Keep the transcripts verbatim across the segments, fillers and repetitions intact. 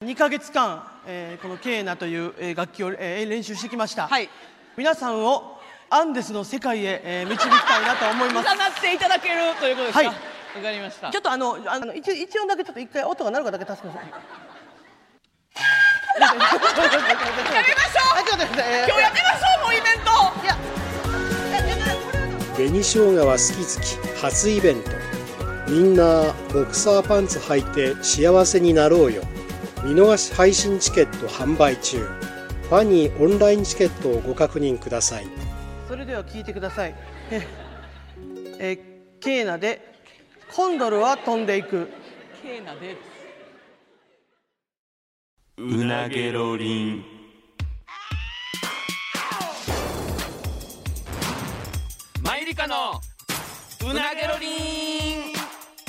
にかげつかん、えー、このケーナという、えー、楽器を、えー、練習してきました、 はい、 皆さんをアンデスの世界へ、えー、導きたいなと思います。 占っていただけるということですか。 はい、 わかりました。 ちょっとあのあの 一, 一音だけちょっと一回音が鳴るかだけ助けます。 やめましょう。今日やってましょう、もうイベント。いや、 紅しょうがは好き好き初イベント。みんなボクサーパンツ履いて幸せになろうよ。見逃し配信チケット販売中。ファニーオンラインチケットをご確認ください。 それでは聞いてください。ええケーナでコンドルは飛んでいく。 ケーナでうなげろりん。マユリカのうなげろりん。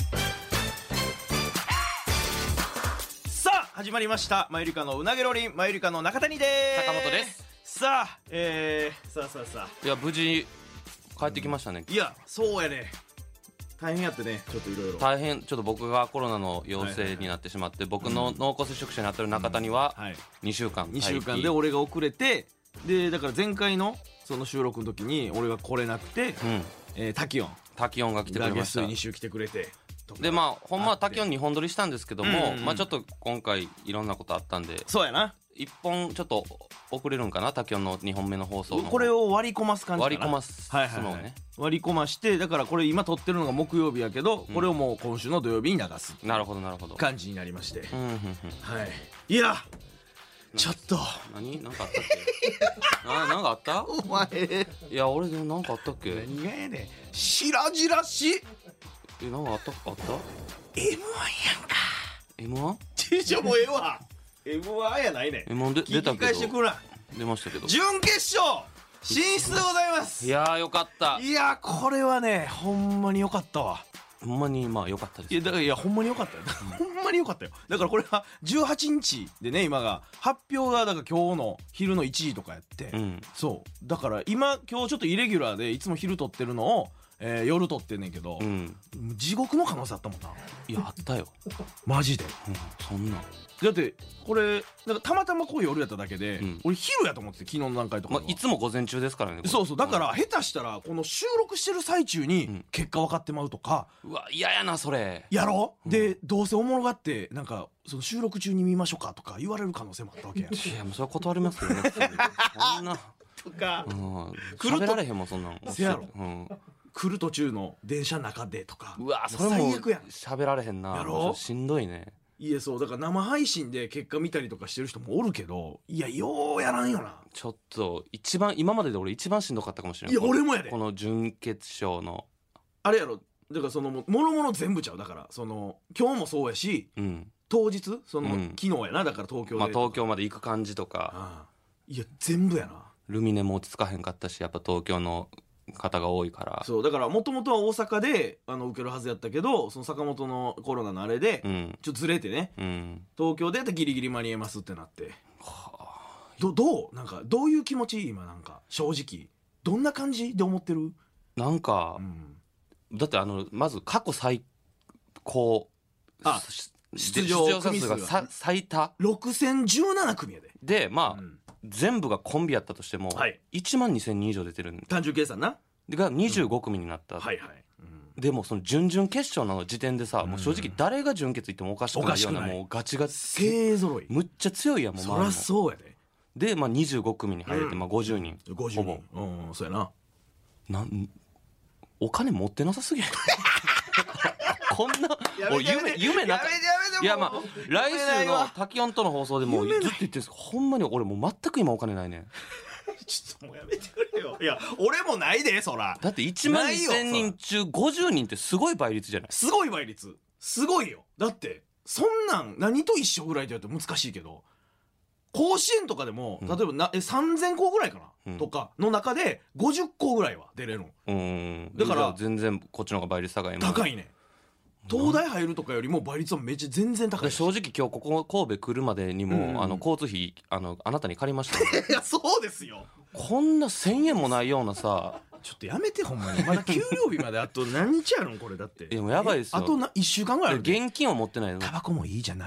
さあ始まりました、マユリカのうなげろりん。マユリカの中谷です。 坂本です。 さあ、えー、さあさあさあ、 いや無事帰ってきましたね。 いやそうやね、大変やってね、ちょっといろいろ大変。ちょっと僕がコロナの陽性になってしまって、僕の濃厚接触者になってる中谷はにしゅうかん、 にしゅうかんで俺が遅れて、でだから前回のその収録の時に俺が来れなくて、 うんえー、タキオンタキオンが来てくれました。 ゲストにに週来てくれて、 でまあほんまはタキオンにほん撮りしたんですけども、 うんうん、 まあちょっと今回いろんなことあったんで、 そうやな、 いっぽんちょっと遅れるんかな、タキオンのにほんめの放送のこれを割り込ます感じかな。 割り込ますはいはい、はいのね、 割り込まして、だからこれ今撮ってるのが木曜日やけど、うん、これをもう今週の土曜日に流す。なるほどなるほど感じになりまして、うんうんうん、はい。いやちょっと何なんかあったっけななんかあったお前。 いや俺でもなんかあったっけ。 何がやねん、白々しい。 えなんかあったあったエムワン やんか。 エムワン？ ちちょもうええわエムワン やないねん。 エムワン で出たけど、 聞き返してくら出ましたけど、 準決勝進出でございます。 いやーよかった。 いやこれはねほんまによかったわ。 ほんまにまあよかったです。 いやだからいやほんまによかったよほんまによかったよ。だからこれはじゅうはちにちでね、今が発表がだから今日の昼のいちじとかやって、うん、そうだから今今日ちょっとイレギュラーでいつも昼撮ってるのを、えー、夜撮ってんねんけど、うん、地獄の可能性あったもんな。 いやあったよマジで、うん、 そんなだってこれなんかたまたまこう夜やっただけで、うん、俺昼やと思ってて、昨日の段階とか、 まあ、いつも午前中ですからね。 そうそうだから、うん、下手したらこの収録してる最中に結果分かってまうとか、 うん、うわ嫌やなそれやろ、うん、でどうせおもろがってなんかその収録中に見ましょうかとか言われる可能性もあったわけやん。 いやもうそれは断りますよねそんなとか、 うん、喋られへんもんそんなんせやろ、うん、来る途中の電車の中でとか、 うわそれも喋られへんな。 やろしんどいね。 いやそうだから生配信で結果見たりとかしてる人もおるけど、いやようやらんよな。 ちょっと一番今までで俺一番しんどかったかもしれない。 いや俺もやで。 この準決勝のあれやろ、だからそのもろもろ全部ちゃう。だからその今日もそうやし、うん、当日その、うん、昨日やな、だから東京で、 まあ、東京まで行く感じとか、 ああいや全部やな。 ルミネも落ち着かへんかったし、やっぱ東京の方が多いから。 そうだからもともとは大阪であの受けるはずやったけど、その坂本のコロナのあれで、うん、ちょっとずれてね、うん、東京でギリギリ間に合いますってなって、はあ、ど, どうなんかどういう気持ち今、なんか正直どんな感じで思ってる？ なんか、うん、だってあのまず過去最高あ出場者数が最多ろくせんじゅうななくみやで。 でまあ、うん全部がコンビやったとしても、はい、いちまんにせんにん以上出てるんで、 単純計算ながにじゅうごくみになった、 うん、はいはい、 うん、でもその準々決勝の時点でさ、うん、もう正直誰が準決行ってもおかしくないような、もうガチガチ勢ぞろい、 むっちゃ強いやん。もうそりゃそうやで。 で、まあ、にじゅうごくみに入れて、うん、まあ、ごじゅうにんごじゅうにん、ほぼ、うん、そうやな。 なんお金持ってなさすぎこんな俺夢夢なかいやまあ来週のタキオンとの放送でもずっと言ってるんですけど、ほんまに俺もう全く今お金ないねんちょっともうやめてくれよ。いや俺もないでそら。 だっていちまんにせんにん中ごじゅうにんってすごい倍率じゃない？ すごい倍率すごいよ。だってそんなん何と一緒ぐらいでやると難しいけど、甲子園とかでも、うん、例えばなえさんぜんこうぐらいかな、うん、とかの中でごじゅっこうぐらいは出れるの。うんだから全然こっちの方が倍率高い。 高いね。東大入るとかよりも倍率はめっちゃ全然高い。 正直今日ここ神戸来るまでにも、うん、あの交通費 あのあなたに借りました、ね、 いやそうですよ。 こんなせんえんもないようなさちょっとやめてほんまに。まだ給料日まであと何日あるんこれ。だってでもやばいですよ。 あとないっしゅうかんぐらいある。 現金を持ってないの。 タバコもいいじゃないね。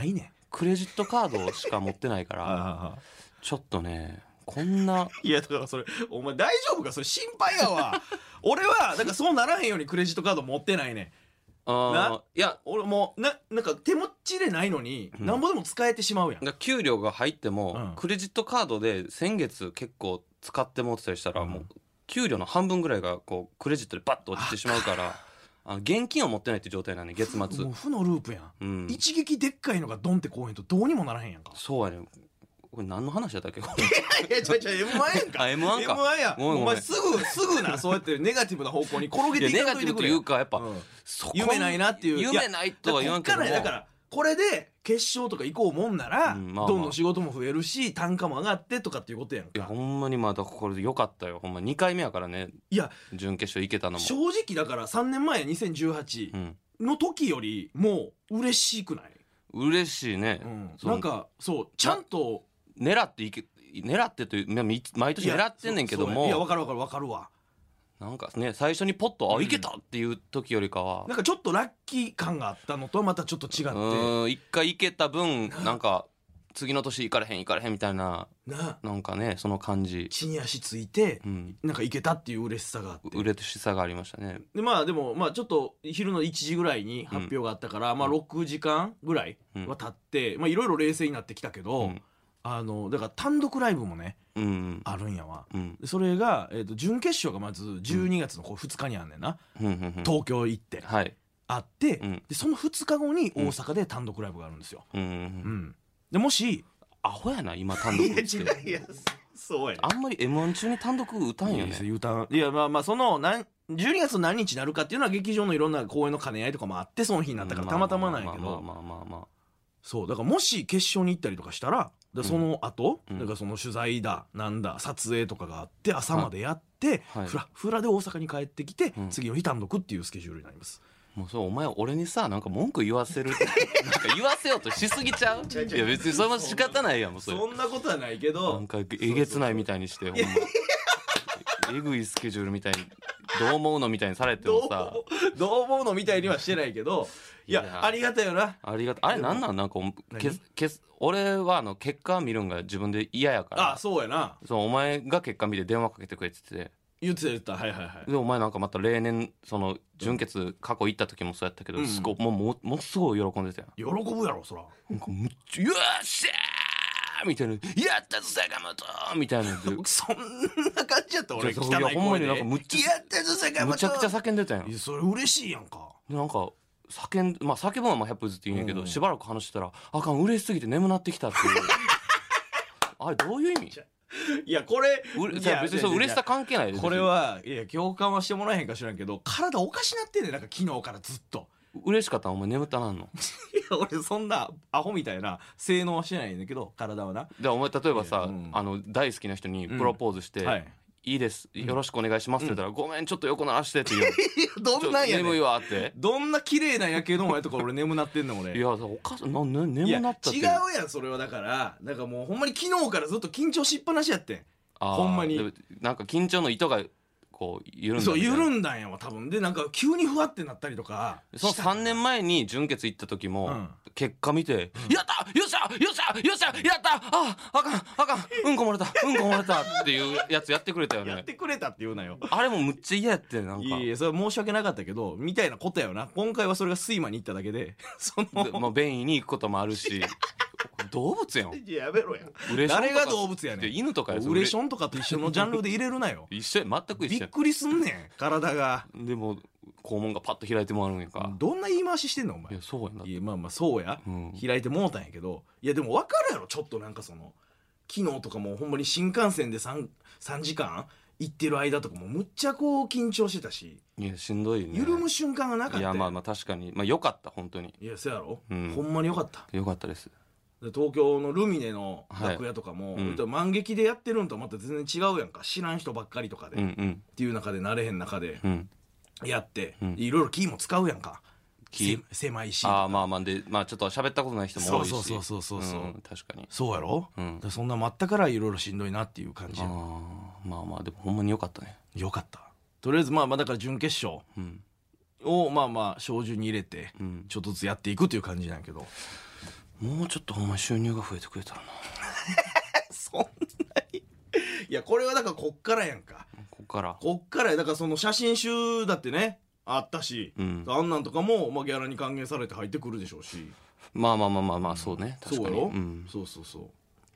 クレジットカードしか持ってないからちょっとねこんないやだからそれお前大丈夫かそれ心配やわ俺はだからそうならへんようにクレジットカード持ってないねあいや俺もうななんか手持ちでないのに、うん、なんぼでも使えてしまうやん給料が入っても、 うん、 クレジットカードで先月結構使ってもってたりしたら、うん、もう給料の半分ぐらいがこうクレジットでバッと落ちてしまうからあの現金を持ってないって状態なんで月末もう負のループやん、うん、一撃でっかいのがドンってこうへんとどうにもならへんやんかそうやねこれ何の話だったっけいやいやちょいちょい エムワン やんかあ エムワン かエムワン やごめんごめんお前すぐすぐなそうやってネガティブな方向に転げていかないといてくれネガティブというかやっぱ、うん、 夢ないなっていう夢ないとは言わんけどもだからこれで決勝とか行こうもんなら、うんまあまあ、どんどん仕事も増えるし単価も上がってとかっていうことやんかいやほんまにまだこれでよかったよほんまにかいめやからねいや準決勝行けたのも正直だからさんねんまえにせんじゅうはちの時よりもう嬉しくない嬉しいね、 うん、なんかそうちゃんと狙っていけ狙ってという毎年狙ってんねんけどもいや分かる分かる分かるわなんかね最初にポッと、うん、あいけたっていう時よりかはなんかちょっとラッキー感があったのとまたちょっと違ってうん一回いけた分なんか次の年行かれへん行かれへんみたいなななんかねその感じ地に足ついて、うん、なんかいけたっていう嬉しさがあって嬉しさがありましたねでまあでもまあちょっと昼のいちじぐらいに発表があったから、うん、まあろくじかんぐらいは経って、うん、まあいろいろ冷静になってきたけど、うんあのだから単独ライブもね、うんうん、あるんやわ、うん、それが、えーと、準決勝がまずじゅうにがつのこうふつかにあんねんな、うん、東京行って、はい、あって、うん、でそのふつかごに大阪で単独ライブがあるんですよ、うんうんうん、でもしアホやな今単独っていやいやそうやねあんまり エムワン 中に単独歌んよねいや歌んいやまあまあそのなんじゅうにがつの何日になるかっていうのは劇場のいろんな公演の兼ね合いとかもあってその日になったからたまたまなんやけどまあまあまあまあそうだからもし決勝に行ったりとかしたらでその後、うん、だからその取材だなんだ撮影とかがあって朝までやって、はい、フラフラで大阪に帰ってきて、うん、次の日単独っていうスケジュールになります。 もうそうお前俺にさなんか文句言わせるなんか言わせようとしすぎちゃういや別にそれも仕方ないやんもうそれそんなことはないけどなんかえげつないみたいにしてほんまえぐいスケジュールみたいにどう思うのみたいにされてもさどう思うのみたいにはしてないけどいや, いやありがたいよなありがたいあれなんなんなんかけけ俺はあの結果見るんが自分で嫌やからあそうやなそうお前が結果見て電話かけてくれって言ってて言ってた言ってたはいはいはいでお前なんかまた例年その準決過去行った時もそうやったけど、うん、すごもうもものすごい喜んでたよ喜ぶやろそらなんかむっちゃよっしゃーみたいなやったぞ坂本みたいなそんな感じやった俺汚い声でほんまになんかむっちゃやったぞ坂本むちゃくちゃ叫んでたやんいやそれ嬉しいやんかなんか叫んまあ叫ぶのはひゃっぷずつって言うんやけど、うん、しばらく話してたらあかん嬉しすぎて眠なってきたっていうあれどういう意味いやこれいや別にそう嬉しさ関係ないですこれはいや共感はしてもらえへんか知らんけど体おかしなってんねんなんか昨日からずっと嬉しかったらお前眠ったなんのいや俺そんなアホみたいな性能はしてないんだけど体はなでお前例えばさ、うん、あの大好きな人にプロポーズして、うんはいいいですよろしくお願いしますって言ったら、うん、ごめんちょっと横鳴らしてって言うどんなんやねん眠いわってどんな綺麗な夜景の前とか俺眠なってんの俺いやおかしなな眠なったって違うやんそれはだからなんかもうほんまに昨日からずっと緊張しっぱなしやってんほんまになんか緊張の糸がこう緩んだそう緩んだんやわ多分でなんか急にふわってなったりとかそのさんねんまえに準決行った時も、うん、結果見て、うん、やったよっしゃよっしゃよっしゃやったああかんあかんうんこ漏れたうんこ漏れたっていうやつやってくれたよねやってくれたって言うなよあれもむっちゃ嫌やってなんかいやいやそれは申し訳なかったけどみたいなことやよな今回はそれが睡魔に行っただけでそのまあ便意に行くこともあるし動物やんいややめろやん誰が動物やねん犬とかやウレションとかと一緒のジャンルで入れるなよ一緒や全く一緒やびっくりすんねん体がでも肛門がパッと開いてもらうんやんかどんな言い回ししてんのお前いやそうやないやまあまあそうや、うん、開いてもうたんやけどいやでも分かるやろちょっとなんかその昨日とかもほんまに新幹線で 3, 3時間行ってる間とかもむっちゃこう緊張してたしいやしんどいね緩む瞬間がなかったいやまあまあ確かにまあよかった本当にいやそうやろ、うん、ほんまによかったよかったです東京のルミネの楽屋とかも、はいうん、満劇でやってるんとはまた全然違うやんか知らん人ばっかりとかで、うんうん、っていう中で慣れへん中でやって、うん、いろいろキーも使うやんか狭いしああまあまあでまあちょっと喋ったことない人も多いしそうそうそうそうそう、うん、 確かにそうやろ、うん、そんな待ったからいろいろしんどいなっていう感じやあまあまあでもほんまによかったねよかったとりあえずまあまあだから準決勝をまあまあ照準に入れてちょっとずつやっていくという感じなんやけどもうちょっとほんまに収入が増えてくれたらなそんなにいやこれはだからこっからやんか、 こっからこっからやだからその写真集だってねあったし、うん、あんなんとかも、まあ、ギャラに還元されて入ってくるでしょうし、 まあまあまあまあまあそうね、確かにそうよ、うん、そうそうそう、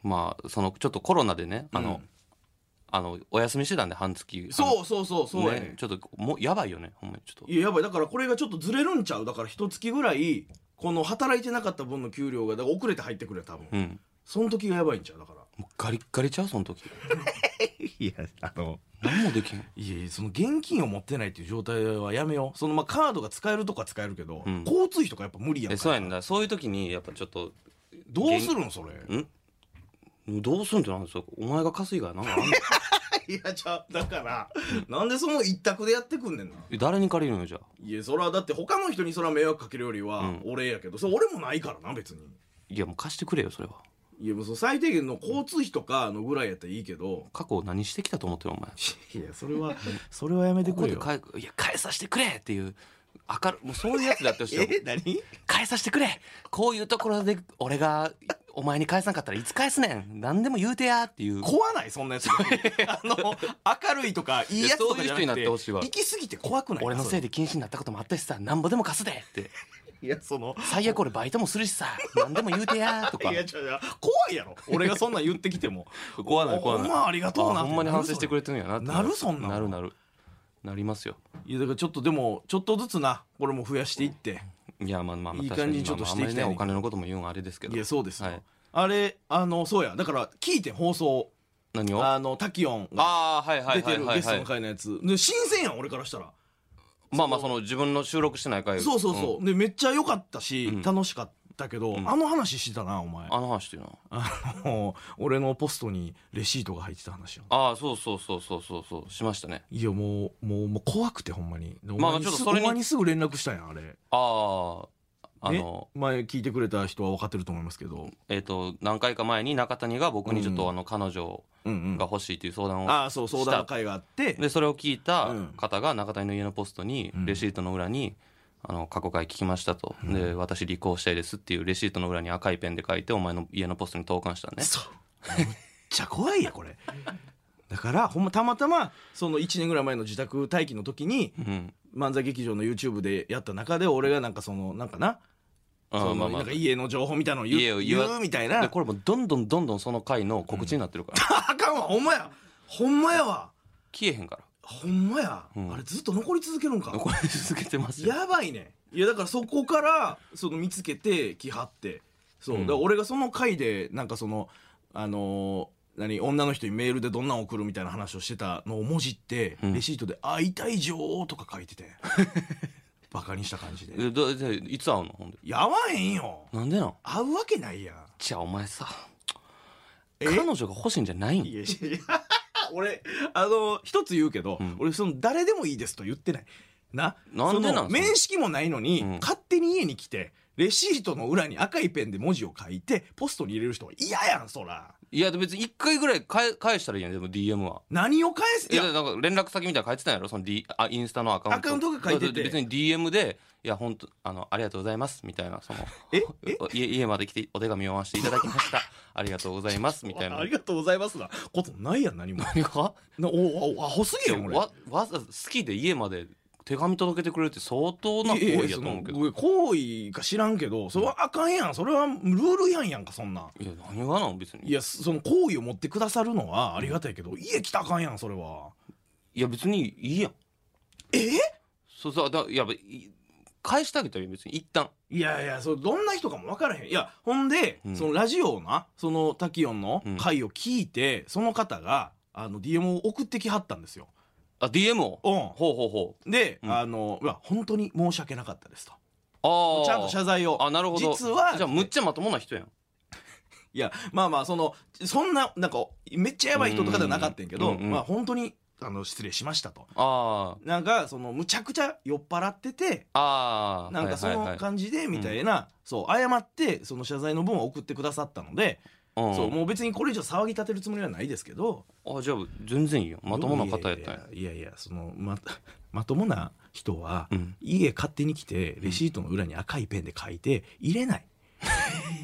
まあそのちょっとコロナでねあの、うん、あのお休みしてたんで半月、 そうそうそうそうやね、 ね、ちょっともうやばいよねほんまにちょっと、 いややばい、だからこれがちょっとずれるんちゃう、だから一月ぐらいこの働いてなかった分の給料がだから遅れて入ってくる多分、うん、その時がやばいんちゃう、だからもうガリッガリちゃうその時いやあの何もできん、 いやいやその現金を持ってないっていう状態はやめよう、そのまあカードが使えるとか使えるけど、うん、交通費とかやっぱ無理やんか、 そうやんだ、そういう時にやっぱちょっとどうするのそれ、 んどうするんってなんですよ、お前が稼いがなんかあんのいやじゃあだからなんでその一択でやってくんねんの、 誰に借りるのよじゃあ、 いやそれはだって他の人にそれは迷惑かけるよりは俺やけど、うん、それ俺もないからな別に、 いやもう貸してくれよそれは、 いやもうその最低限の交通費とかのぐらいやったらいいけど、 過去何してきたと思ってるお前いやそれはそれはやめてくれよ、 ここで返いや返させてくれっていう明るもうそういうやつでやってほしいよえ何返させてくれ、こういうところで俺がお前に返さんかったらいつ返すねん、何でも言うてやっていう、 怖ないそんなやつあの明るいとかいいやつとかじゃなくて、そういう人になってほしいわ、 行き過ぎて怖くない、 俺のせいで禁止になったこともあったしさ、なんぼでも貸すでっていやその最悪俺バイトもするしさ何でも言うてやとかいやちょ怖いやろ俺がそんなん言ってきても怖ない怖ない、 ほんまありがとうなって、 ほんまに反省してくれてるんやなってなる、そんななるなるなりますよ、 いやだからちょっとでもちょっとずつなこれも増やしていって、 いやまあまあまあいい感じにちょっとしていきたい、ね、 お金のことも言うのはあれですけど、 いやそうですよ、 はい、 あれあのそうやだから聞いて放送何をあのタキオンが出てるゲストの回のやつで新鮮やん俺からしたら、 まあまあその自分の収録してない回、 そうそうそう、うん、でめっちゃ良かったし、うん、楽しかったけど、 うん、 あの話してたなお前、 あの話っていうのあの俺のポストにレシートが入ってた話よ、 ああそうそうそうそうそうそうしましたね、 いやもうもうもう怖くてほんまに、まあちょっとそれにお前にすぐ連絡したんやあれ、 あああの前聞いてくれた人は分かってると思いますけど、 えー、と何回か前に中谷が僕にちょっと、うん、あの彼女が欲しいという相談をした、 あそう相談会があって、 でそれを聞いた方が中谷の家のポストに、うん、レシートの裏にあの過去回聞きましたと、うん、で私離婚したいですっていうレシートの裏に赤いペンで書いてお前の家のポストに投函したね、 そうめっちゃ怖いやこれだからほんまたまたまそのいちねんぐらい前の自宅待機の時に、うん、漫才劇場の YouTube でやった中で俺がなんかそのなんかなそのなんか家の情報みたいなのを言う、言うみたいな、 でこれもどんどんどんどんその回の告知になってるから、 うん、あかんわほんまやほんまやわ消えへんからほんまや、うん、あれずっと残り続けるんか、 残り続けてますよ、 やばいね、いやだからそこからその見つけて来はって、そう、うん、だから俺がその回でなんかそのあのー、何女の人にメールでどんなん送るみたいな話をしてたのを文字って、うん、レシートで「会いたい女王」とか書いててバカにした感じで、 えどでいつ会うのほんで、 いや会わへんよ、 なんでなん、 会うわけないやん、 じゃあお前さ彼女が欲しいんじゃないん、 いやいや俺あの一つ言うけど、うん、俺その誰でもいいですと言ってないな、 なんでなん、 面識もないのに、うん、勝手に家に来てレシートの裏に赤いペンで文字を書いてポストに入れる人は嫌やんそら、 いや別にいっかいぐらい返返したらいいやん、でも ディーエム は何を返す、 いやなんか連絡先みたいなの書いてたんやろその、D、あインスタのアカウントアカウントが書いてて、 別に ディーエム でいや本当あのありがとうございますみたいな、そのええ家家まで来てお手紙を読ませていただきましたありがとうございますみたいなありがとうございますなことないやん何も何がなおおアホすぎやん俺わわざ好きで家まで手紙届けてくれるって相当な行為やと思うけど、 行為か知らんけどそれはあかんやん、それはルールやんやんかそんな、 いや何がなの別に、 いやその行為を持ってくださるのはありがたいけど、家来たらあかんやんそれは、 いや別にいいやん、 えそうそうだいや返してあげたら別に一旦、 いやいやそれどんな人かも分からへん、いやほんで、うん、そのラジオなそのタキオンの回を聞いて、うん、その方があの ディーエム を送ってきはったんですよ、 あ ディーエム を、 うん、 ほうほうほうで、うん、あのいや本当に申し訳なかったですと、 あちゃんと謝罪を、 あなるほど、 実はじゃあむっちゃまともな人やんいやまあまあそのそんななんかめっちゃやばい人とかではなかったんやけど、 うんうん、 まあ本当にあの失礼しましたと、 あなんかそのむちゃくちゃ酔っ払ってて、 あなんかその感じでみたいな、はいはいはい、そう謝ってその謝罪の文を送ってくださったので、うん、そうもう別にこれ以上騒ぎ立てるつもりはないですけど、 あじゃあ全然いいよ、まともな方やったんや、 いやいやいやその ま, まともな人は、うん、家勝手に来てレシートの裏に赤いペンで書いて入れない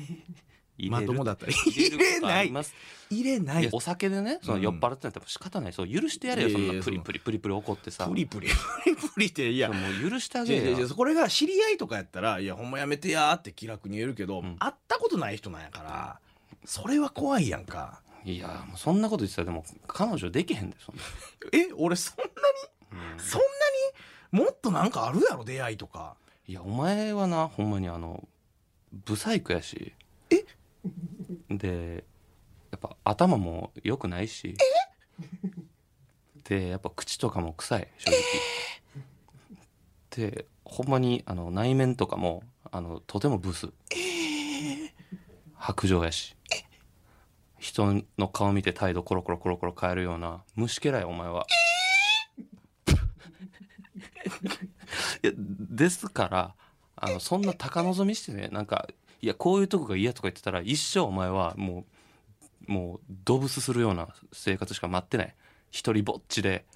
まともだったら入れない入れない。 お酒でねその酔っ払ってなったら仕方ない、そう許してやれよ、そんなプリプリプリプリ怒ってさ、 プリプリプリプリっていやもう許してあげるよ。 これが知り合いとかやったらいやほんまやめてやって気楽に言えるけど、 うん、 会ったことない人なんやからそれは怖いやんか。 いやもうそんなこと言ってたらでも彼女できへんでそんなえ俺そんなに、うん、そんなにもっとなんかあるやろ出会いとか。 いやお前はなほんまにあのブサイクやしえでやっぱ頭も良くないしでやっぱ口とかも臭い正直でほんまにあの内面とかもあのとてもブス白状やし人の顔見て態度コロコロコロコロ変えるような虫けらいお前はいやですからあのそんな高望みしてねなんかいやこういうとこが嫌とか言ってたら一生お前はもうもうドブスするような生活しか待ってない一人ぼっちで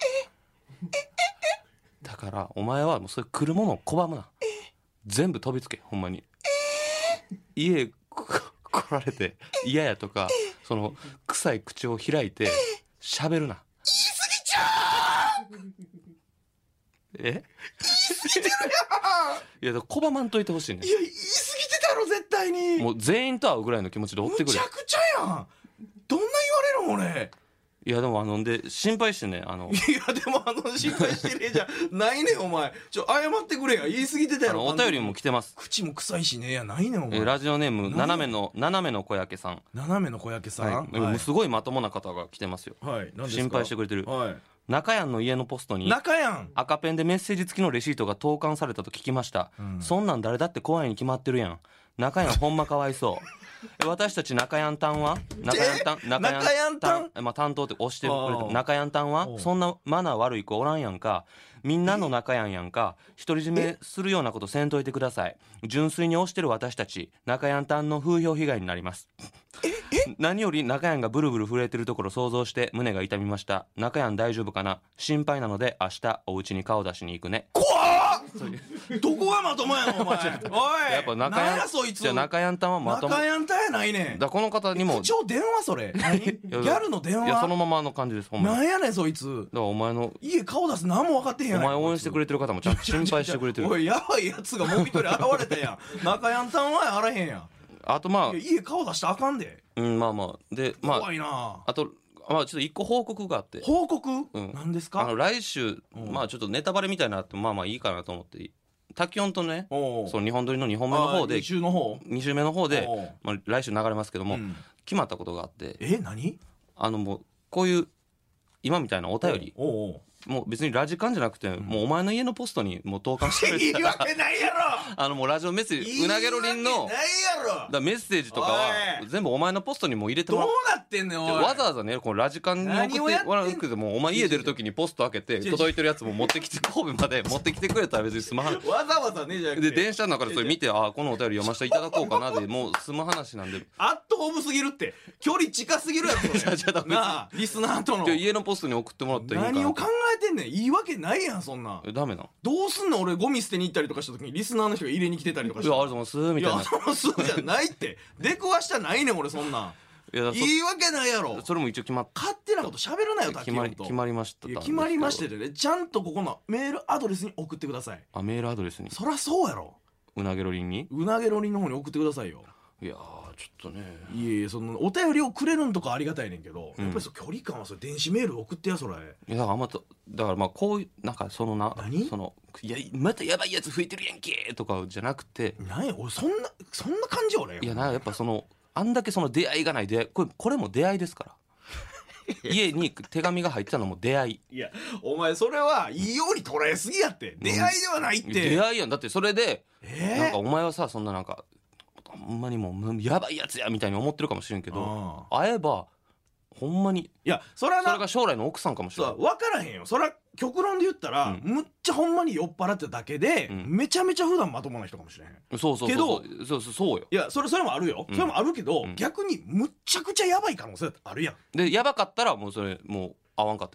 だからお前はもうそういう来るものを拒むな全部飛びつけほんまに家来られて嫌やとかその臭い口を開いて喋るな。 言い過ぎちゃうえ言い過ぎてるやん。いやだから拒まんといてほしいね。 いや言い過ぎてたやろ絶対に。 もう全員と会うぐらいの気持ちで追ってくれ。 むちゃくちゃやん。どんな言われるん俺。 いやでもあので心配してねあのいやでもあの心配してねえじゃないねんお前ちょ謝ってくれや言い過ぎてたやろ。 お便りも来てます。 口も臭いしねやないねんお前。 えラジオネーム斜めの斜めの小焼さん。 斜めの小焼さん、 はいはい、すごいまともな方が来てますよ。 はい何ですか。 心配してくれてる。 はい中やんの家のポストに中やん赤ペンでメッセージ付きのレシートが投函されたと聞きました、うん、そんなん誰だって怖いに決まってるやん。中やんほんまかわいそう私たち中やんたんは中やんたん中やんたん、まあ、担当って押してくれて中やんたんはそんなマナー悪い子おらんやんか。みんなの中やんやんか独り占めするようなことせんといてください。純粋に押してる私たち中やんたんの風評被害になります。何より中やんがブルブル震えてるところ想像して胸が痛みました。中やん大丈夫かな心配なので明日お家に顔出しに行くね。 怖っどこがまともやのお前おいやっぱ中やんやそいつじゃ中やんたんはまとも。 中やんたんやないねん。 だこの方にも一応電話それ何ギャルの電話。 いやそのままの感じですほんまに。 なんやねんそいつ。 だからお前の家顔出す何も分かってへんやん。お前応援してくれてる方もちゃんと心配してくれてる。 おいやばいやつがもう一人現れたやん中やんたんはあらへんやん。 あとまあ家顔出したらあかんで。 うんまあまあでまあ怖いな。 あとまあちょっと一個報告があって。 報告、 うん、 何ですか。 あの来週まあちょっとネタバレみたいなってまあまあいいかなと思ってタキオンとねそのにほん撮りのにほんめの方でに週の方に週目の方でまあ来週流れますけども、うん、決まったことがあって。 え何あのもうこういう今みたいなお便りおうおうもう別にラジカンじゃなくて、うん、もうお前の家のポストにもう投函してくれたらいいわけないやろあのもうラジオメッセージうなげろりんのだメッセージとかは全部お前のポストにもう入れてもらう。 どうなってんねんおい。 わざわざねこのラジカンに送ってもらうけどもお前家出る時にポスト開けて届いてるやつも持ってきて神戸まで持ってきてくれたら別に済まはんわざわざねじゃなくてで電車の中でそれ見てあこのお便り読ませていただこうかなでもう済む話なんでアットホームすぎるって距離近すぎるやつそれじゃあなあリスナーとの家のポストに送ってもらったらいいかな。 何を考えてんねん。いいわけないやんそんな。 ダメなどうすんの俺ゴミ捨てに行ったりとかした時にリスナーの人が入れに来てたりとかして。 いやありがとうございますみたいな。 いやそのすじゃないって出くわしたないねん俺そんなんいやいいわけないやろ。 それも一応決まっ勝手なこと喋るなよ決まり決まりました決まりましてねちゃんとここのメールアドレスに送ってください。 あメールアドレスにそりゃそうやろ。 うなげろりんにうなげろりんの方に送ってくださいよ。 いやちょっとねいえいえそのお便りをくれるんとかありがたいねんけど、うん、やっぱりその距離感はそれ電子メール送ってやそれ。いやだからあんまとだからまあこういうなんかそのな何そのいやまたやばいやつ吹いてるやんけとかじゃなくて何や俺そんなそんな感じ俺。 いやなやっぱそのあんだけその出会いがない出会いこれこれも出会いですから家に手紙が入ってたのも出会い。 いやお前それはいいように捉えすぎやって、うん、出会いではないって。 出会いやんだってそれで、 えー、 なんかお前はさそんななんかほんまにもうやばいやつやみたいに思ってるかもしれんけど会えばほんまにいやそれはなそれが将来の奥さんかもしれない。 分からへんよそれは極論で言ったら、うん、むっちゃほんまに酔っ払ってただけで、うん、めちゃめちゃ普段まともな人かもしれへん。 そうそうそうけどそうそうそうよ。 いやそれそれもあるよ、うん、それもあるけど、うん、逆にむっちゃくちゃやばい可能性あるやん。 でやばかったらもうそれもう会わんかったらいいよ。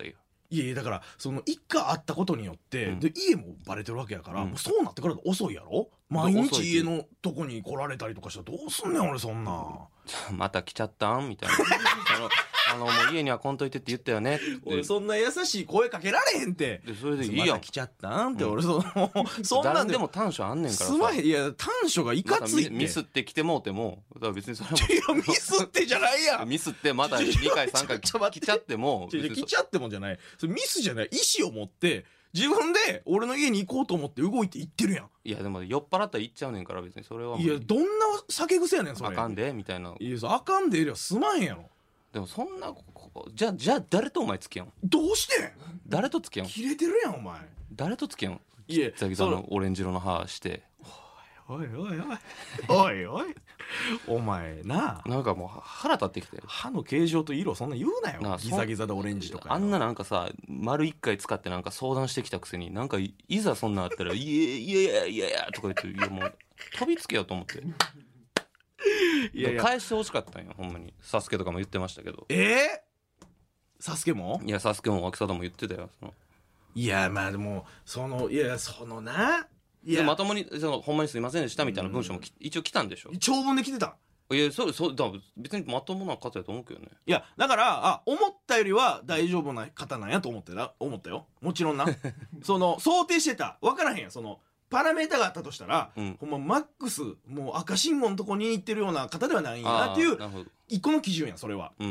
いやいやだからその一回会ったことによって、うん、で家もバレてるわけやから、うん、もうそうなってから遅いやろ。毎日家のとこに来られたりとかしたらどうすんねん俺そんな。 また来ちゃったんみたいなあのあのもう家には来んといてって言ったよねって俺そんな優しい声かけられへんってでそれでいいやんまた来ちゃったんって、うん、俺そのそんなんでも短所あんねんからさすまへんいや短所がいかついってミスって来てもうてもだから別にそれもいやミスってじゃないやんミスってまだにかいさんかい来ちゃっても来ちゃってもじゃないそれミスじゃない意思を持って自分で俺の家に行こうと思って動いて行ってるやん。 いやでも酔っ払ったら行っちゃうねんから別にそれはいやどんな酒癖やねんそれ。 あかんでみたいな。 いやあかんでえりゃすまんやろ。 でもそんなじゃあじゃあ誰とお前付き合うん。 どうして誰と付き合うん。 切れてるやんお前。 誰と付き合うん。 いやザギさんのオレンジ色の歯しておいおいおいおいおいお前ななんかもう腹立ってきて歯の形状と色そんな言うなよ。ギザギザでオレンジとかあんななんかさ丸一回使ってなんか相談してきたくせになんかいざそんなあったら「いやいやいやいやいや」とか言っていやもう飛びつけようと思っていやいや返してほしかったんよほんまに。サスケとかも言ってましたけど。 ええー、サスケもいやサスケも脇貞も言ってたよその。 いやまあでもそのいやそのないやまともにそのほんまにすいませんでしたみたいな文章も、うん、一応来たんでしょ。 長文で来てた。 いやそうそうだ別にまともな方やと思うけどね。 いやだからあ思ったよりは大丈夫な方なんやと思ってな思ったよもちろんなその想定してた分からへんやんそのパラメータがあったとしたら、うん、ほんまマックスもう赤信号のとこに行ってるような方ではないんやなっていう一個の基準やんそれは。うん、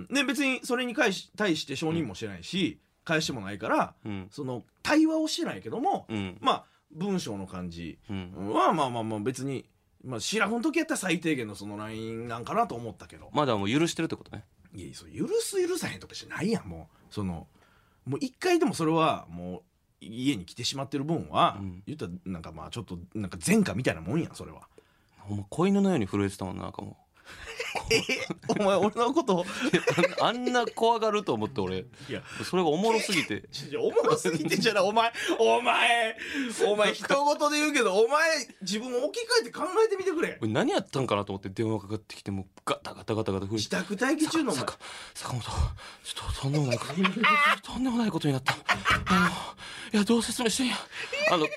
うん、で別にそれに対し対して承認もしてないし、うん、返してもないから、うん、その対話をしてないけども、うん、まあ文章の感じはまあまあまあ別に、まあ、シラフの時やったら最低限のそのラインなんかなと思ったけどまだもう許してるってことね。 いやそれ許す許さへんとかじゃないやんもうそのもう一回でもそれはもう家に来てしまってる分は、うん、言ったらなんかまあちょっとなんか前科みたいなもんやんそれは。 ほんま子犬のように震えてたもんななんかもうえお前俺のことあんな怖がると思って俺いやそれがおもろすぎておもろすぎてじゃないお前お前お前人事で言うけどお前自分を置き換えて考えてみてくれ。 何やったんかなと思って電話かかってきてもうガタガタガタガタ自宅待機中の坂本ちょっととんでもないこととんでもないことになったあのいやどう説明してんやあの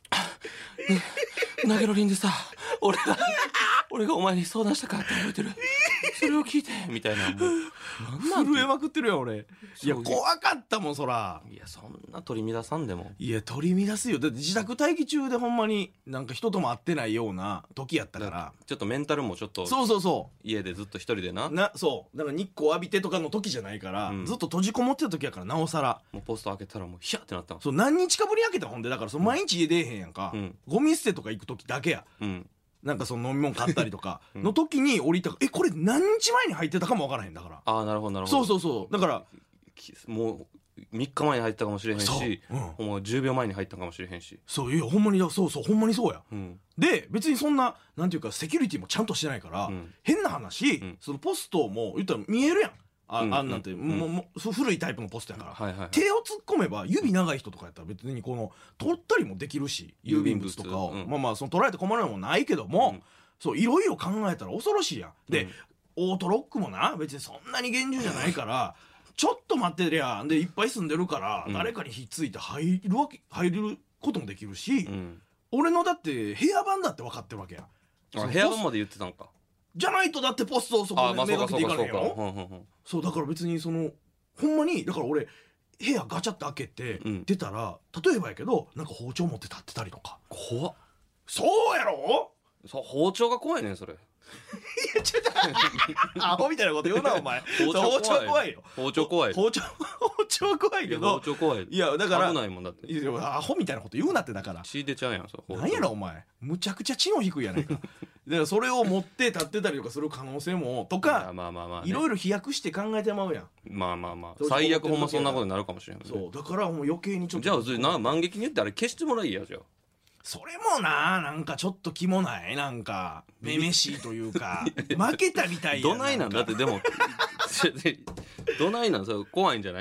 ナゲロリンでさ俺が俺がお前に相談したからって覚えてるそれを聞いてみたいなもう震えまくってるよ俺。いや怖かったもんそら。 いやそんな取り乱さんでもいや取り乱すよだって自宅待機中でほんまになんか人とも会ってないような時やったからちょっとメンタルもちょっとそうそうそう家でずっと一人でななそうだから日光浴びてとかの時じゃないから、うん、ずっと閉じこもってた時やからなおさらもうポスト開けたらもうヒャってなったの。 そう何日かぶり開けたほんでだからその毎日家出えへんやんか、うん、ゴミ捨てとか行く時だけや、うんなんかその飲み物買ったりとかの時に降りたえこれ何日前に入ってたかも分からへんだから。 ああなるほどなるほど。 そうそうそうだからもうみっかまえに入ったかもしれへんし、うん、ほんまじゅうびょうまえに入ったかもしれへんし。 そういやほんまにそうそうほんまにそうや、うん、で別にそんななんていうかセキュリティもちゃんとしてないから、うん、変な話、うん、そのポストも言ったら見えるやんあ、うん、あんなんて、うん、もうもう古いタイプのポストやから、はいはいはい、手を突っ込めば指長い人とかやったら別にこの取ったりもできるし郵便物とかを、うん、まあまあその取られて困るのもないけども、うんそういろいろ考えたら恐ろしいやん。で、うん、オートロックもな別にそんなに厳重じゃないからちょっと待ってりゃでいっぱい住んでるから、うん、誰かにひっついて入るわけ入ることもできるし、うん、俺のだって部屋番だって分かってるわけや。 あ部屋番まで言ってたんか。 じゃないとだってポストをそこでめがけていかないやろ。そうだから別にそのほんまにだから俺部屋ガチャって開けて、うん、出たら例えばやけどなんか包丁持って立ってたりとか。 怖っ。 そうやろそう包丁が怖いねんそれ。いやちょっとアホみたいなこと言うなお前。包丁怖いよ。 包丁怖い。 包丁包丁は怖いけど。 包丁怖い。 いやだから危ないもんだって。 いやアホみたいなこと言うなってだから。 血出ちゃうやんそれ。なんやろお前。むちゃくちゃ血の低いやないか。だからそれを持って立ってたりとかする可能性もとか。まあまあまあ。いろいろ飛躍して考えてまうやん。 まあまあまあ。最悪ほんまそんなことになるかもしれない。 そうだからもう余計にちょっと。 じゃあそれな万劇に言ってあれ消してもらいやじゃあ。 それもななんかちょっとキモないなんかめめしいというか負けたみたいやどないなんだってでもどないなんそれ怖いんじゃない。 い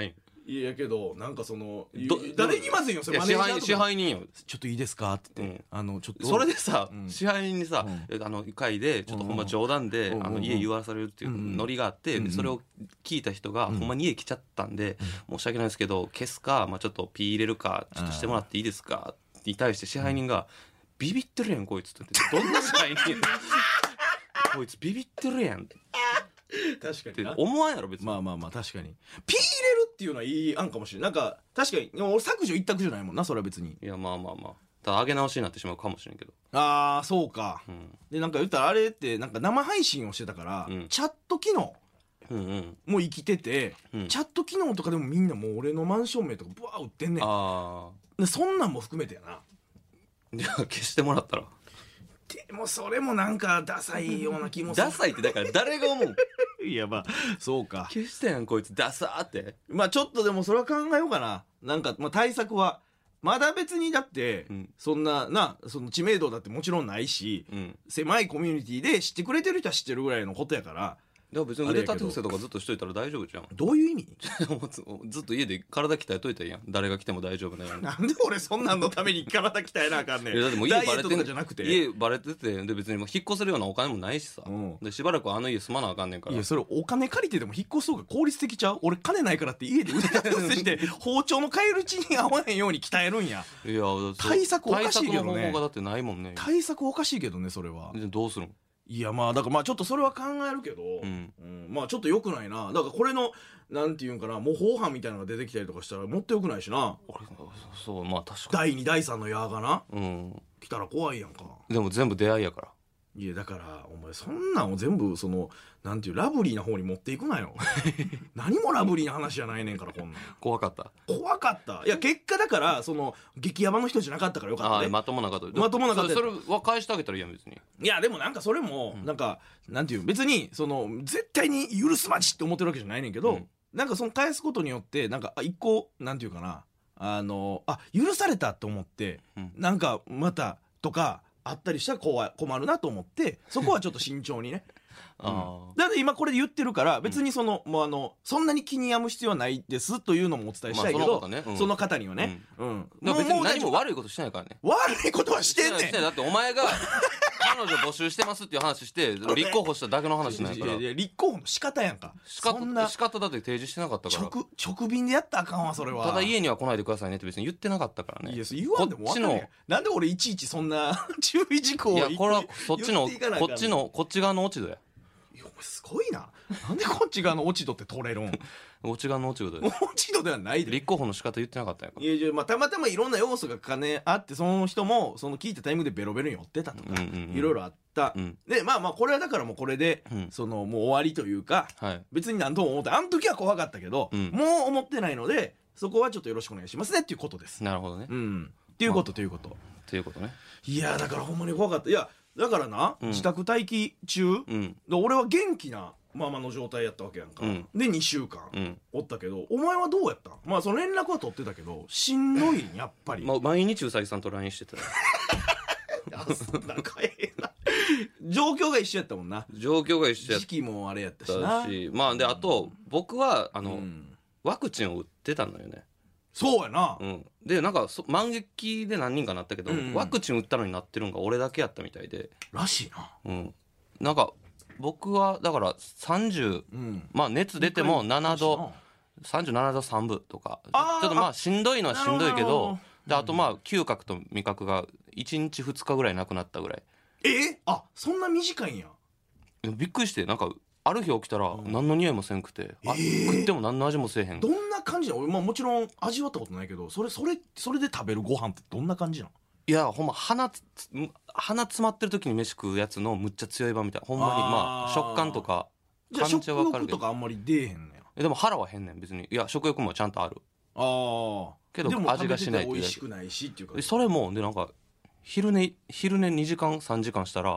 いやけどなんかそのど誰にまずいよそれマネージャーとか支配人よ。 ちょっといいですかって言って、 うんあのちょっとそれでさ、 うん支配人にさ、あの会でちょっとほんま冗談で、 うんあの家言わされるっていうノリがあって、 うんでそれを聞いた人が、ほんまに家来ちゃったんで、申し訳ないですけど消すか、まあ、ちょっとピー入れるかちょっとしてもらっていいですかに対して支配人が「ビビってるやんこいつ」って言ってどんな支配人こいつビビってるやんって確かにな思わんやろ別に。 まあまあまあ確かにピー入れるっていうのはいい案かもしれない。なんか確かにでも俺削除一択じゃないもんなそれは別に。 いやまあまあまあただ上げ直しになってしまうかもしれんけど。 ああそうか、 うんでなんか言ったらあれってなんか生配信をしてたから、 うんチャット機能うんうんもう生きてて、 うんチャット機能とかでもみんなもう俺のマンション名とかブワー売ってんねん。 あでそんなんも含めてやな。 あじゃあ消してもらったらでもそれもなんかダサいような気もする。 ダサいってだから誰が思ういやまあそうか。 消したやんこいつダサーってまあちょっとでもそれは考えようかな。なんかまあ対策はまだ別にだって、 うんそんななその知名度だってもちろんないし、 うん狭いコミュニティで知ってくれてる人は知ってるぐらいのことやから。 でも別に腕立て伏せとかずっとしといたら大丈夫じゃんどういう意味？ ずずっと家で体鍛えといたらいいやん誰が来ても大丈夫なように。 なんで俺そんなんのために体鍛えなあかんねん。 いやだってもう家ダイエットとバレてんかじゃなくて。 家バレててで別にもう引っ越せるようなお金もないしさ、 うんでしばらくあの家住まなあかんねんから。 いやそれお金借りてでも引っ越す方が効率的ちゃう？俺金ないからって家で腕立て伏せして包丁の返るちに合わへんように鍛えるんや。 いやそう対策おかしいけどね対策の方法がだってないもんね。 対策おかしいけどねそれは。 でどうするん？ いやまあだからまあちょっとそれは考えるけど、 うんうんまあちょっと良くないな。だからこれのなんていうんかな模倣犯みたいなのが出てきたりとかしたらもっと良くないしな。 俺そうまあ確かだいにだいさんの矢がなに。うん来たら怖いやんか。 でも全部出会いやから。 いやだからお前そんなんを全部そのなんていうラブリーな方に持っていくなよ。何もラブリーな話じゃないねんからこんなん。 怖かった。 怖かった。いや結果だからその激ヤバの人じゃなかったからよかったね。 ああまともなかった。 まともなかったそれそれは返してあげたらいいやん別に。 いやでもなんかそれもなんか、なんていう別にその絶対に許すまじって思ってるわけじゃないねんけど、 うんなんかその返すことによってなんかあ一個なんていうかなあのあ許されたと思って、 うんなんかまたとかあったりしたら怖い困るなと思ってそこはちょっと慎重にね。 ああだって今これで言ってるから別にその、もうあのそんなに気に病む必要はないですというのもお伝えしたいけど、 まあその方ねうんその方にはね、うんでも別に何もい悪いことしてないからね。 悪いことはしてんねん。 してないだってお前が彼女募集してますっていう話して立候補しただけの話なんやからいやいや立候補の仕方やんか。 仕そんな方仕方だって提示してなかったから。 直直便でやったらあかんわそれは。 ただ家には来ないでくださいねって別に言ってなかったからね。 いやそれ言わんでも分かるやんこっちのなんで俺いちいちそんな注意事項をいやこれはそっちの言っていかなあかんこっちのこっち側の落ち度や。 いやお前すごいな。なんでこっち側の落ち度って取れるん？ 落ち側の落ち度で。 落ち度ではないで。 立候補の仕方言ってなかったんやから。 いやいやまあたまたまいろんな要素が兼ね合ってその人もその聞いたタイミングでベロベロに寄ってたとか、 うんうんうんいろいろあった、 うんでまあまあこれはだからもうこれで、 うんそのもう終わりというかはい。 別に何とも思ってあの時は怖かったけど、 うんもう思ってないのでそこはちょっとよろしくお願いしますねっていうことです。 なるほどね。 うんっていうことということ。 ということね。 いやだからほんまに怖かった。いやだからな、 うん自宅待機中、 うんで俺は元気なままの状態やったわけやんか、 うんでにしゅうかん、 うん。 おったけどお前はどうやったん？まあその連絡は取ってたけどしんどいんやっぱり、 まあ毎日うさぎさんと ライン してたよ。 あそんな仲ええな状況が一緒やったもんな。 状況が一緒やっ時期もあれやったしなたし、まあであと僕はあの、 うんワクチンを打ってたのよね。 そうやな、 うん。でなんかそ満劇で何人かなったけど、 うんワクチン打ったのになってるのが俺だけやったみたいで、 らしいな。 うん。なんか僕はだからさんじゅううんまあ熱出てもななどさんじゅうななどさんぶとかちあーょっとまあしんどいのはしんどいけなるほどどであとまあ嗅覚と味覚がいちにちふつかぐらいなくなったぐらい。 えあそんな短いんや。 いやびっくりしてなんかある日起きたらうん何の匂いもせんくて、あえー食っても何の味もせえへん。 どんな感じなの？俺、まあ、もちろん味わったことないけどそれそれそれで食べるご飯ってどんな感じなの？ いやほんま鼻つ鼻詰まってる時に飯食うやつのむっちゃ強い版みたいなほんまにまああー食感とかじゃあ食感じはわかる欲けどとかあんまり出えへんねや。 えでも腹はへんねん別に。いや食欲もちゃんとあるああけどでも味がしないっていう食べてて美味しくないしっていうかでそれもでなんか昼寝昼寝にじかんさんじかんしたら、 うん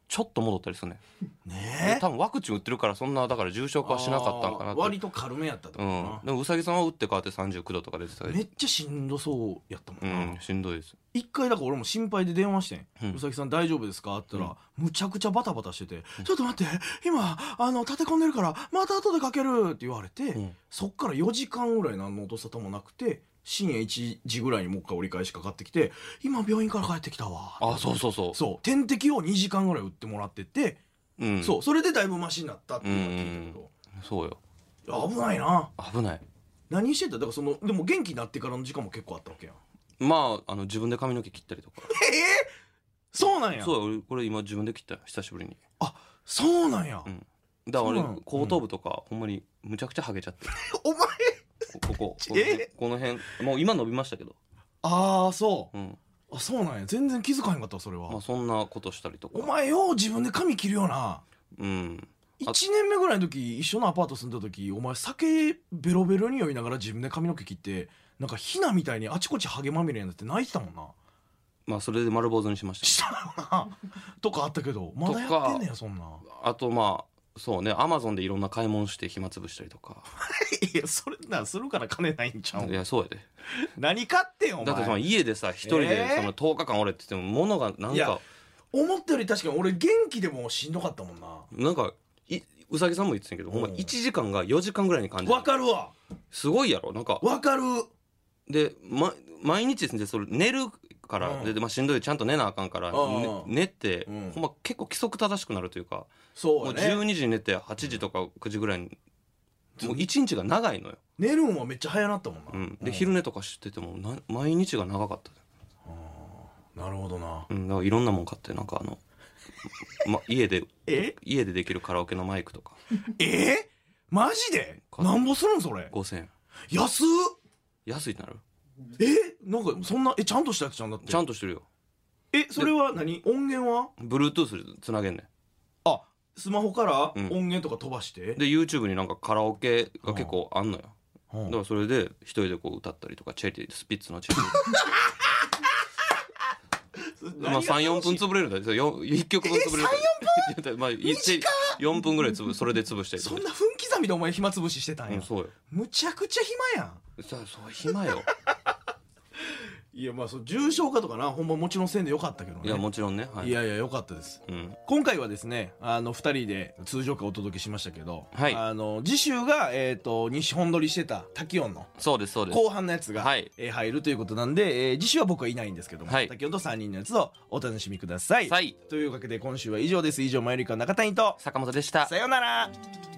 ちょっと戻ったりするねねえ多分ワクチン打ってるからそんなだから重症化はしなかったんかなって割と軽めやったってことうんな、 でもうさぎさんは打って変わってさんじゅうきゅうどとか出てたりめっちゃしんどそうやったもんな、 うんしんどいです一回だから俺も心配で電話してん、 ううんさぎさん大丈夫ですかって言ったら、むちゃくちゃバタバタしてて、ちょっと待って今あの立て込んでるからまた後でかけるって言われて、 うんそっからよじかんぐらい何の音沙汰もなくて深夜いちじぐらいにもう一回折り返しかかってきて今病院から帰ってきたわあそうそうそうそう点滴をにじかんぐらい打ってもらってて、 うんそうそれでだいぶマシになったっていうのは聞いたけど、 そうよいや危ないな。 危ない何してただからそのでも元気になってからの時間も結構あったわけやん。 まああの自分で髪の毛切ったりとかええそうなんや。 そうよ俺これ今自分で切ったよ久しぶりにあそうなんや、 うんだから俺そうなの後頭部とか、ほんまにむちゃくちゃハゲちゃってお前ここここえこの辺もう今伸びましたけどああそううんあそうなんや全然気づかへんかったわそれは、 まあそんなことしたりとかお前よう自分で髪切るよな。 うんいちねんめぐらいの時一緒のアパート住んだ時お前酒ベロベロに酔いながら自分で髪の毛切ってなんかヒナみたいにあちこちハゲまみれになって泣いてたもんな。 まあそれで丸坊主にしましたしたよなとかあったけどまだやってんねやそんな。 あとまあそうねアマゾンでいろんな買い物して暇つぶしたりとかいやそれなするから金ないんちゃういやそうやで何買ってんお前だってその家でさ一人でえーそのとおかかん俺って言っても物がなんいやか思ったより確かに俺元気でもしんどかったもんな。 なんかいうさぎさんも言ってたけど、ほんまいちじかんがよじかんぐらいに感じるわかるわすごいやろなんかわかる。 で、ま、毎日ですねそれ寝るから、 うんで、まあ、しんどいちゃんと寝なあかんから、 うんね寝て、 うんほんま結構規則正しくなるというかもうそうやねじゅうにじに寝てはちじとかくじぐらいにもういちにちが長いのよ、 寝るんはめっちゃ早なったもんな、 うん、で、昼寝とかしててもな毎日が長かったなるほどな。 うん、だからいろんなもん買ってなんかあの、ま、家でえ家でできるカラオケのマイクとかえマジで買っなんぼするんそれごせんえん安っ。 安いなるえなんかそんなえちゃんとしたやつちゃんだってちゃんとしてるよえそれは何音源は Bluetooth でつなげんねあスマホからうん音源とか飛ばして、 んで YouTube になんかカラオケが結構あんのよ、 うんだからそれで一人でこう歌ったりとかチェリースピッツのチェリーまあさんよんぷん潰れるんだよいっきょくぶん潰れるえさんよんぷんまあよんぷんぐらいつぶそれで潰したりとかそんな分刻みでお前暇つぶししてたんや、 うんそうよむちゃくちゃ暇やん。 さそう暇よいやまあそう重症化とかなほんまもちろんせんでよかったけどね。 いやもちろんね、はいいやいやよかったです。 うん、 今回はですねあのふたりで通常回お届けしましたけど、 はいあの次週が、えー、と西本撮りしてた滝音のそうですそうです後半のやつが、 はいえー入るということなんで、えー次週は僕はいないんですけども、 はい滝音とさんにんのやつをお楽しみください。 はいというわけで今週は以上です。以上マユリカの中谷と坂本でしたさようなら。